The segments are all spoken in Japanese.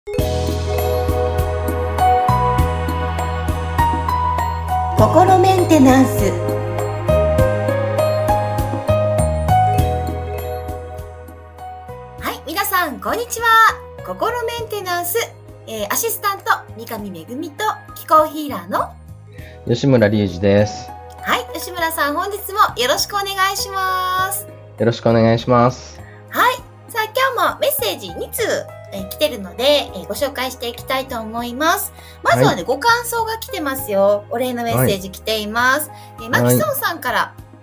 心メンテナンス。はい、皆さんこんにちは。心メンテナンス、アシスタント三上恵と気候ヒーラーの吉村隆二です。 はい、吉村さん本日もよろしくお願いします。 よろしくお願いします。 はい、さあ今日もメッセージ2通来てるので、ご紹介していきたいと思います。まずはね、はい、ご感想が来てますよ。お礼のメッセージ来ています。マキソンさんから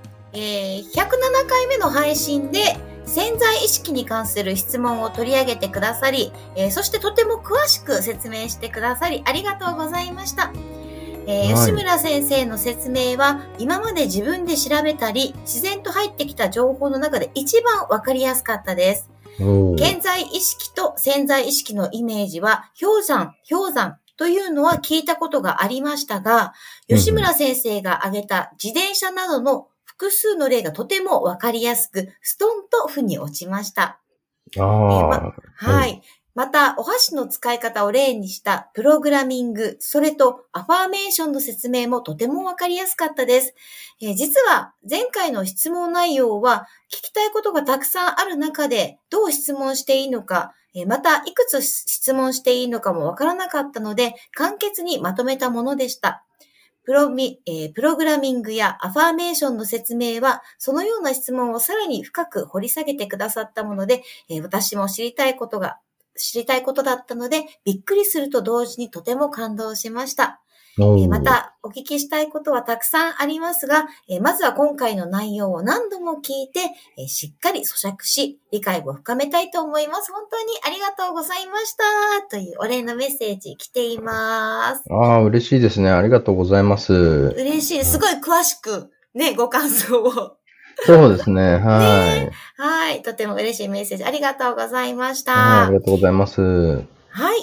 、107回目の配信で潜在意識に関する質問を取り上げてくださり、そしてとても詳しく説明してくださりありがとうございました。吉村先生の説明は今まで自分で調べたり自然と入ってきた情報の中で一番わかりやすかったです。現在意識と潜在意識のイメージは氷山というのは聞いたことがありましたが、吉村先生が挙げた自転車などの複数の例がとてもわかりやすく、ストンと腑に落ちました。はい。また、お箸の使い方を例にしたプログラミング、それとアファーメーションの説明もとてもわかりやすかったです。実は前回の質問内容は聞きたいことがたくさんある中でどう質問していいのか、またいくつ質問していいのかもわからなかったので簡潔にまとめたものでした。プログラミングやアファーメーションの説明はそのような質問をさらに深く掘り下げてくださったもので、私も知りたいことだったのでびっくりすると同時にとても感動しました。またお聞きしたいことはたくさんありますが、まずは今回の内容を何度も聞いて、しっかり咀嚼し理解を深めたいと思います。本当にありがとうございましたというお礼のメッセージ来ています。 嬉しいですね。ありがとうございます。 嬉しい。すごい詳しくね、ご感想を。 そうですね。はい。 はい。とても嬉しいメッセージありがとうございました。 ありがとうございます。 はい。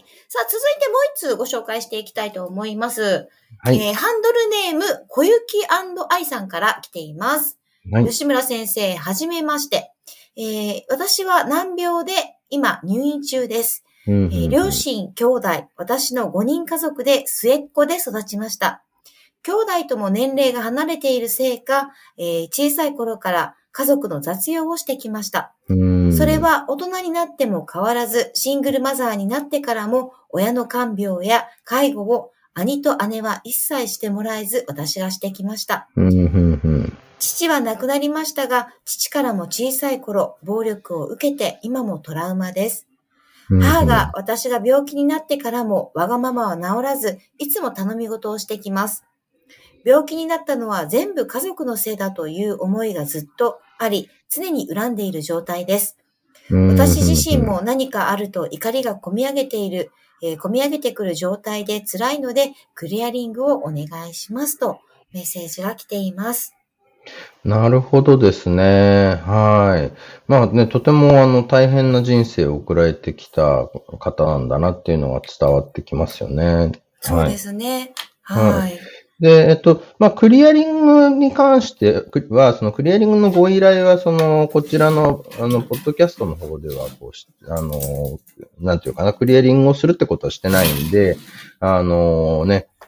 さあ、続いてもう一通ご紹介していきたいと思います。ハンドルネーム、小雪&愛さんから来ています。吉村先生、はじめまして。私は難病で今入院中です。両親、兄弟、私の5人家族で末っ子で育ちました。兄弟とも年齢が離れているせいか、小さい頃から家族の雑用をしてきました。それは大人になっても変わらず、シングルマザーになってからも親の看病や介護を兄と姉は一切してもらえず私がしてきました。父は亡くなりましたが、父からも小さい頃暴力を受けて今もトラウマです。母が私が病気になってからもわがままは治らず、いつも頼み事をしてきます。病気になったのは全部家族のせいだという思いがずっとあり、常に恨んでいる状態です。私自身も何かあると怒りが込み上げてくる状態で辛いので、クリアリングをお願いしますとメッセージが来ています。 なるほどですね。はい。まあね、とても大変な人生を送られてきた方なんだなっていうのが伝わってきますよね。 そうですね。はい。 で、クリアリングに関しては、そのクリアリングのご依頼は、こちらの、ポッドキャストの方では、なんていうかな、クリアリングをするってことはしてないんで、こ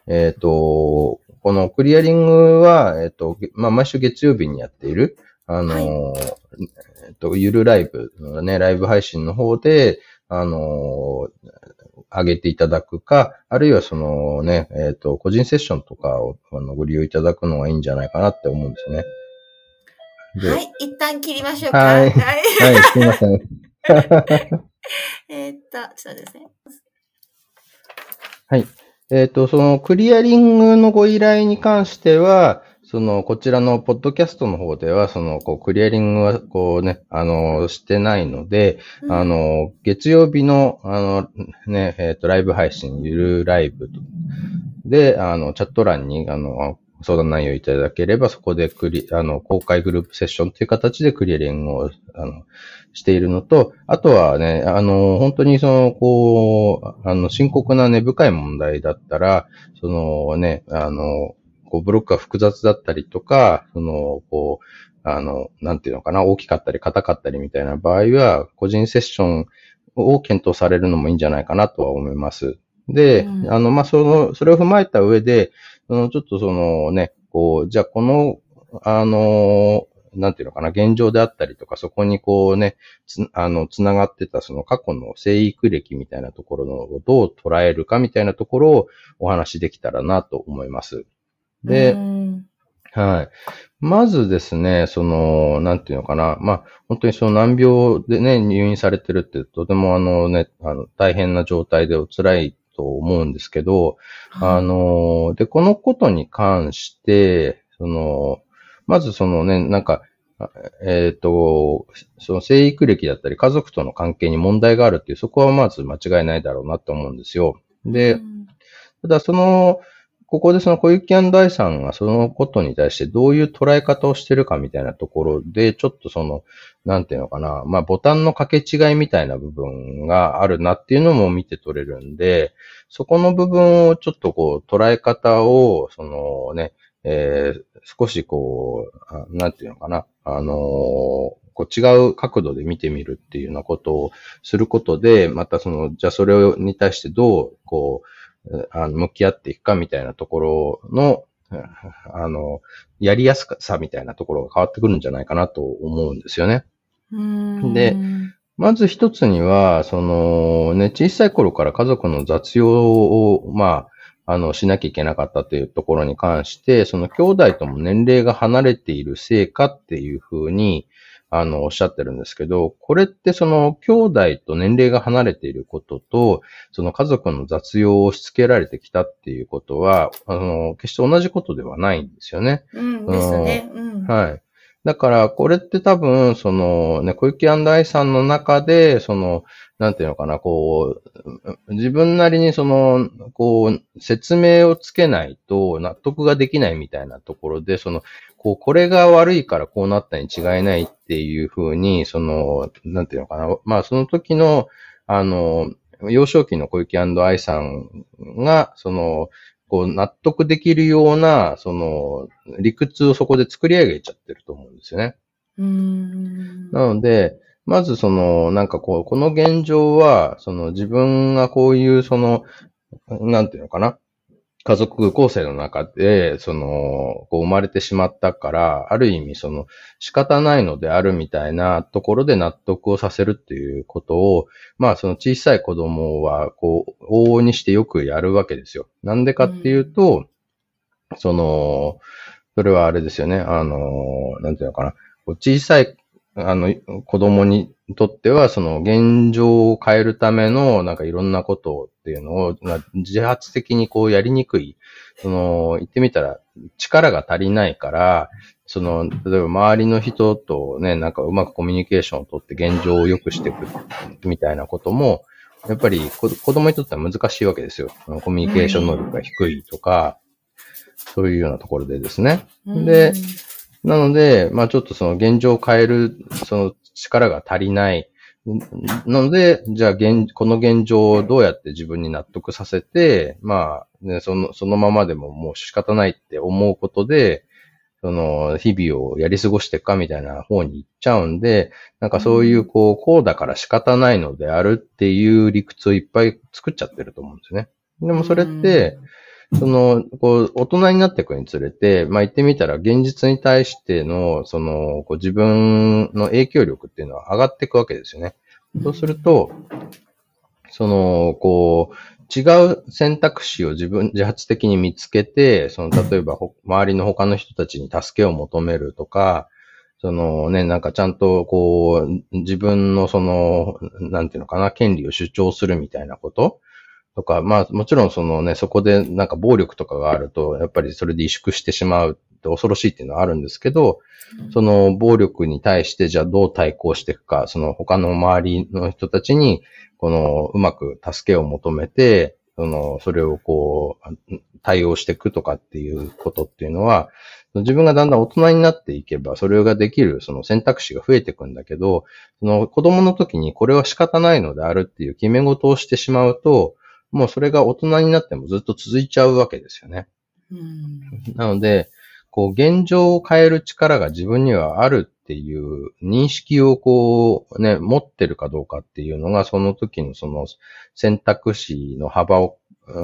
のクリアリングは、毎週月曜日にやっている、ゆるライブのね、ライブ配信の方で、上げていただくか、あるいは個人セッションとかをご利用いただくのがいいんじゃないかなって思うんですね。 はい、一旦切りましょうか。 はい、すいません。 ちょっとですね。 はい。そのクリアリングのご依頼に関しては、こちらのポッドキャストの方では、クリアリングは、してないので、月曜日の、ライブ配信、ゆるライブで、チャット欄に、相談内容いただければ、そこで公開グループセッションという形でクリアリングを、しているのと、あとはね、本当に深刻な根深い問題だったら、ブロックが複雑だったりとか、なんていうのかな、大きかったり硬かったりみたいな場合は、個人セッションを検討されるのもいいんじゃないかなとは思います。で、 うんそれを踏まえた上で、ちょっとね、じゃあなんていうのかな、現状であったりとか、そこにつながってたその過去の生育歴みたいなところをどう捉えるかみたいなところをお話できたらなと思います。で、はい。まずですね、なんていうのかな。本当に難病でね、入院されてるってとても大変な状態でお辛いと思うんですけど、で、このことに関して、まずね、その生育歴だったり家族との関係に問題があるっていう、そこはまず間違いないだろうなと思うんですよ。で、ただここで小雪愛さんがそのことに対してどういう捉え方をしてるかみたいなところで、ちょっとなんていうのかな、ボタンの掛け違いみたいな部分があるなっていうのも見て取れるんで、そこの部分をちょっと捉え方を、少しなんていうのかな、違う角度で見てみるっていうようなことをすることで、またじゃあそれに対してどう、向き合っていくかみたいなところの、やりやすさみたいなところが変わってくるんじゃないかなと思うんですよね。で、まず一つには、小さい頃から家族の雑用を、しなきゃいけなかったというところに関して、兄弟とも年齢が離れているせいかっていうふうに、おっしゃってるんですけど、これって兄弟と年齢が離れていることと、家族の雑用を押し付けられてきたっていうことは、決して同じことではないんですよね。 ですね。 はい。だから、これって多分、小雪愛さんの中で、なんていうのかな、自分なりに説明をつけないと納得ができないみたいなところで、これが悪いからこうなったに違いないっていうふうに、なんていうのかな、その時の、幼少期の小雪愛さんが、納得できるような、理屈をそこで作り上げちゃってると思うんですよね。なので、まずこの現状は、自分がこういう、なんていうのかな。家族構成の中で、生まれてしまったから、ある意味仕方ないのであるみたいなところで納得をさせるっていうことを、小さい子供は、往々にしてよくやるわけですよ。なんでかっていうと、それはあれですよね。なんていうのかな。小さい、子供にとっては、現状を変えるための、いろんなことっていうのを、自発的にやりにくい。言ってみたら、力が足りないから、例えば周りの人とね、うまくコミュニケーションをとって現状を良くしていくみたいなことも、やっぱり子供にとっては難しいわけですよ。コミュニケーション能力が低いとか、そういうようなところでですね。で、なので、ちょっと現状を変える、力が足りない。なので、じゃあこの現状をどうやって自分に納得させて、そのままでももう仕方ないって思うことで、日々をやり過ごしていくかみたいな方に行っちゃうんで、そういうこうだから仕方ないのであるっていう理屈をいっぱい作っちゃってると思うんですね。でもそれって、大人になっていくにつれて、言ってみたら現実に対しての、自分の影響力っていうのは上がっていくわけですよね。そうすると、違う選択肢を自発的に見つけて、例えば周りの他の人たちに助けを求めるとか、ちゃんと自分のなんていうのかな、権利を主張するみたいなこととか、もちろんそこで暴力とかがあると、やっぱりそれで萎縮してしまうって恐ろしいっていうのはあるんですけど、暴力に対してじゃあどう対抗していくか、他の周りの人たちに、うまく助けを求めて、それを対応していくとかっていうことっていうのは、自分がだんだん大人になっていけば、それができる選択肢が増えていくんだけど、子供の時にこれは仕方ないのであるっていう決め事をしてしまうと、もうそれが大人になってもずっと続いちゃうわけですよね。なので、 こう、現状を変える力が自分にはあるっていう認識をこう、ね、持ってるかどうかっていうのが、その時のその選択肢の幅を、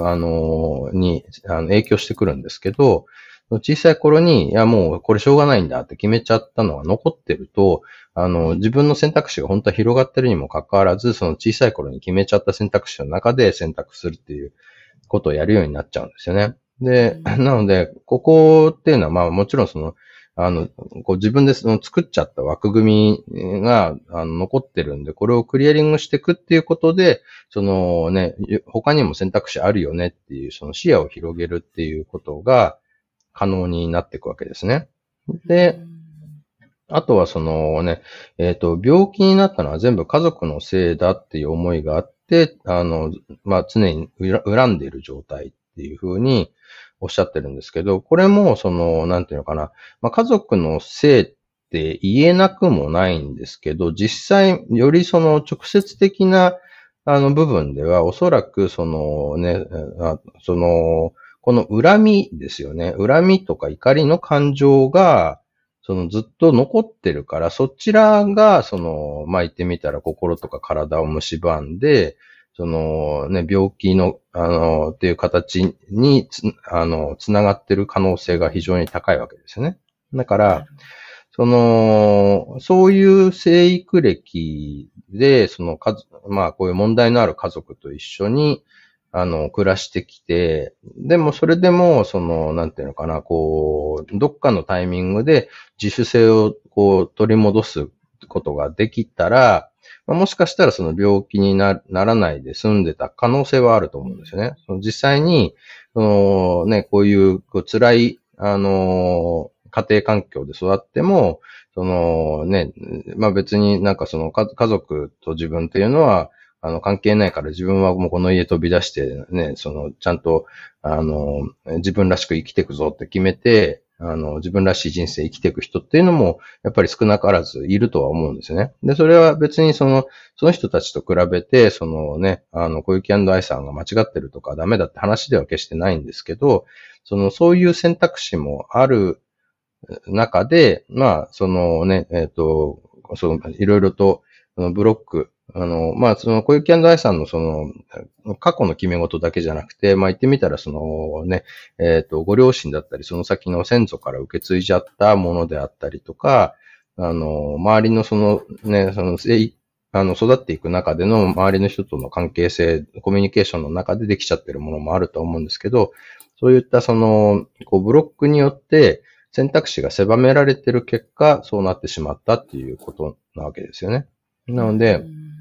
影響してくるんですけど、小さい頃に、いやもうこれしょうがないんだって決めちゃったのが残ってると、自分の選択肢が本当は広がってるにもかかわらず、その小さい頃に決めちゃった選択肢の中で選択するっていうことをやるようになっちゃうんですよね。で、なので、ここっていうのは、まあもちろんその、こう自分でその作っちゃった枠組みが残ってるんで、これをクリアリングしていくっていうことで、そのね、他にも選択肢あるよねっていう、その視野を広げるっていうことが可能になっていくわけですね。で、あとはそのね、病気になったのは全部家族のせいだっていう思いがあって、まあ、常に恨んでいる状態っていうふうにおっしゃってるんですけど、これもその、なんていうのかな、まあ、家族のせいって言えなくもないんですけど、実際よりその直接的な部分ではおそらくそのね、この恨みですよね。恨みとか怒りの感情が、そのずっと残ってるから、そちらが、まあ、言ってみたら心とか体を蝕んで、そのね、病気の、っていう形につながってる可能性が非常に高いわけですよね。だから、そういう生育歴で、まあ、こういう問題のある家族と一緒に、暮らしてきて、でもそれでも、なんていうのかな、こう、どっかのタイミングで自主性をこう取り戻すことができたら、まあ、もしかしたらその病気にならないで済んでた可能性はあると思うんですよね。実際に、こういう辛い、家庭環境で育っても、まあ別になんか家族と自分っていうのは、関係ないから自分はもうこの家飛び出してね、ちゃんと、自分らしく生きていくぞって決めて、自分らしい人生生きていく人っていうのも、やっぱり少なからずいるとは思うんですよね。で、それは別にその人たちと比べて、小雪愛さんが間違ってるとかダメだって話では決してないんですけど、そういう選択肢もある中で、まあ、いろいろと、ブロック、まあ、小雪愛さんの過去の決め事だけじゃなくて、まあ言ってみたらご両親だったり、その先の先祖から受け継いじゃったものであったりとか、周りの育っていく中での周りの人との関係性、コミュニケーションの中でできちゃってるものもあると思うんですけど、そういったブロックによって選択肢が狭められてる結果、そうなってしまったっていうことなわけですよね。なので、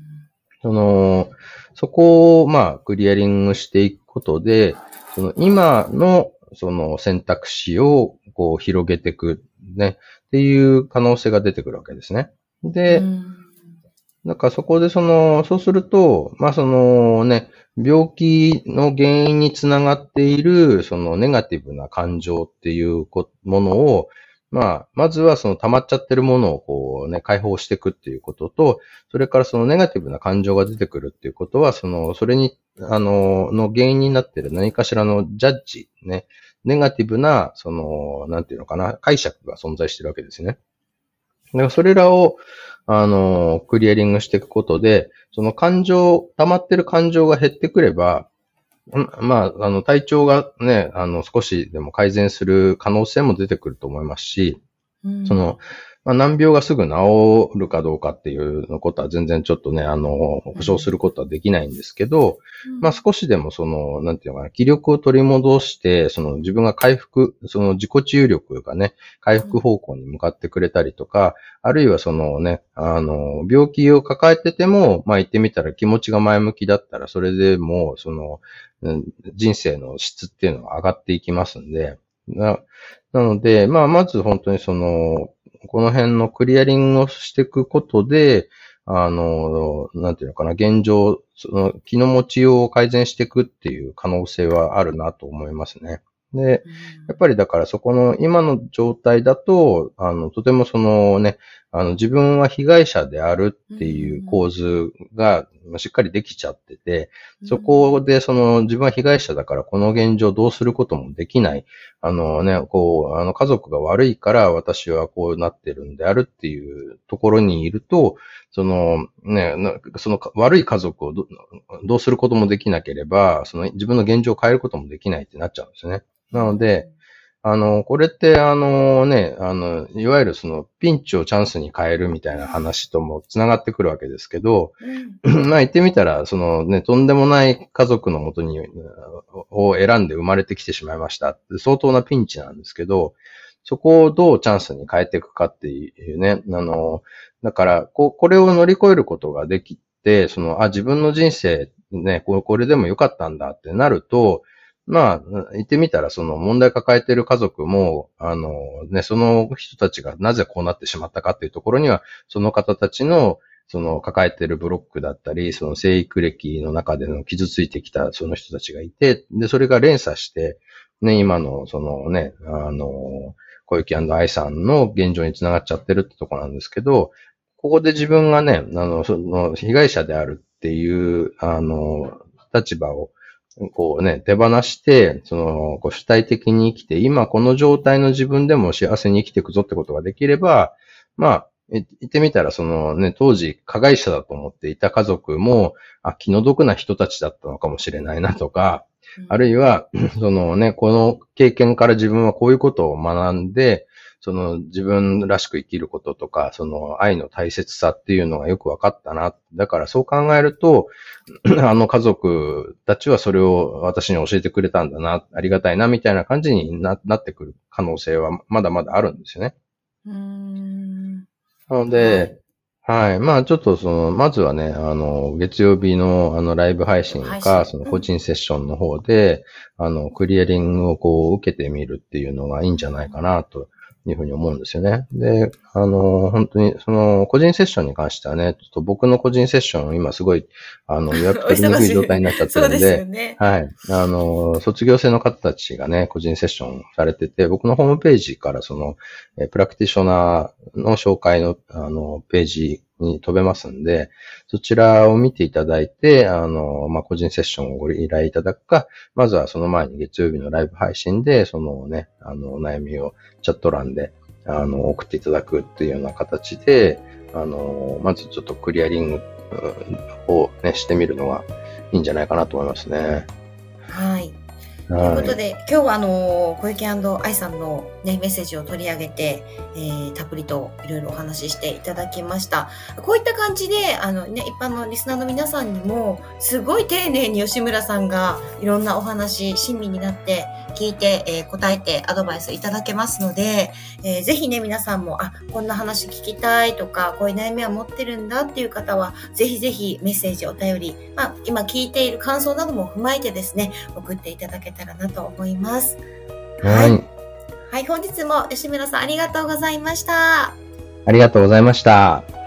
そこを、まあ、クリアリングしていくことで、今の、選択肢を、こう、広げていく、ね、っていう可能性が出てくるわけですね。で、なんかそこでそうすると、まあ病気の原因につながっている、ネガティブな感情っていうものを、まあ、まずは溜まっちゃってるものをこうね、解放していくっていうことと、それからネガティブな感情が出てくるっていうことは、それに、の原因になっている何かしらのジャッジ、ね、ネガティブな、なんていうのかな、解釈が存在してるわけですね。だからそれらを、クリアリングしていくことで、溜まってる感情が減ってくれば、まあ、体調がね、少しでも改善する可能性も出てくると思いますし、まあ、難病がすぐ治るかどうかっていうことは全然ちょっとね、保証することはできないんですけど、まあ少しでもなんていうのかな、気力を取り戻して、自分が回復、自己治癒力がね、回復方向に向かってくれたりとか、あるいは病気を抱えてても、まあ言ってみたら気持ちが前向きだったら、それでも、人生の質っていうのが上がっていきますんで、なので、まあまず本当にこの辺のクリアリングをしていくことで、なんていうのかな、現状、気の持ちようを改善していくっていう可能性はあるなと思いますね。で、やっぱりだからそこの今の状態だと、とても自分は被害者であるっていう構図がしっかりできちゃってて、そこで自分は被害者だからこの現状をどうすることもできない。家族が悪いから私はこうなってるんであるっていうところにいると、その悪い家族をどうすることもできなければ、自分の現状を変えることもできないってなっちゃうんですね。なので、これって、いわゆるピンチをチャンスに変えるみたいな話とも繋がってくるわけですけど、まあ言ってみたら、とんでもない家族のもとを選んで生まれてきてしまいましたって相当なピンチなんですけど、そこをどうチャンスに変えていくかっていうね、だから、これを乗り越えることができて、自分の人生ね、これでもよかったんだってなると、まあ、言ってみたら、問題抱えている家族も、その人たちがなぜこうなってしまったかっていうところには、その方たちの、抱えているブロックだったり、生育歴の中での傷ついてきたその人たちがいて、で、それが連鎖して、ね、今の、小雪愛さんの現状につながっちゃってるってところなんですけど、ここで自分がね、被害者であるっていう、立場を、手放して、主体的に生きて、今この状態の自分でも幸せに生きていくぞってことができれば、まあ、言ってみたら、当時、加害者だと思っていた家族も、気の毒な人たちだったのかもしれないなとか、あるいは、この経験から自分はこういうことを学んで、自分らしく生きることとか、愛の大切さっていうのがよく分かったな。だからそう考えると、家族たちはそれを私に教えてくれたんだな、ありがたいな、みたいな感じになってくる可能性はまだまだあるんですよね。なので、はい。まあちょっとまずはね、月曜日のライブ配信か、個人セッションの方で、クリアリングを受けてみるっていうのがいいんじゃないかなというふうに思うんですよね。で、本当に、個人セッションに関してはね、ちょっと僕の個人セッション今すごい、予約取りにくい状態になっちゃってるんで、そうですよね。はい。卒業生の方たちがね、個人セッションされてて、僕のホームページからプラクティショナーの紹介の、ページに飛べますんで、そちらを見ていただいて、個人セッションをご依頼いただくか、まずはその前に月曜日のライブ配信で、お悩みをチャット欄で、送っていただくっていうような形で、まずちょっとクリアリングをね、してみるのがいいんじゃないかなと思いますね。 はい。ということで、今日は小雪愛さんのね、メッセージを取り上げて、たっぷりといろいろお話ししていただきました。こういった感じで、一般のリスナーの皆さんにも、すごい丁寧に吉村さんがいろんなお話、親身になって聞いて、答えてアドバイスいただけますので、ぜひね、皆さんも、こんな話聞きたいとか、こういう悩みは持ってるんだっていう方は、ぜひぜひメッセージ、お便り、今聞いている感想なども踏まえてですね、送っていただけたらなと思います。はい。はい、本日も吉村さんありがとうございました。 ありがとうございました。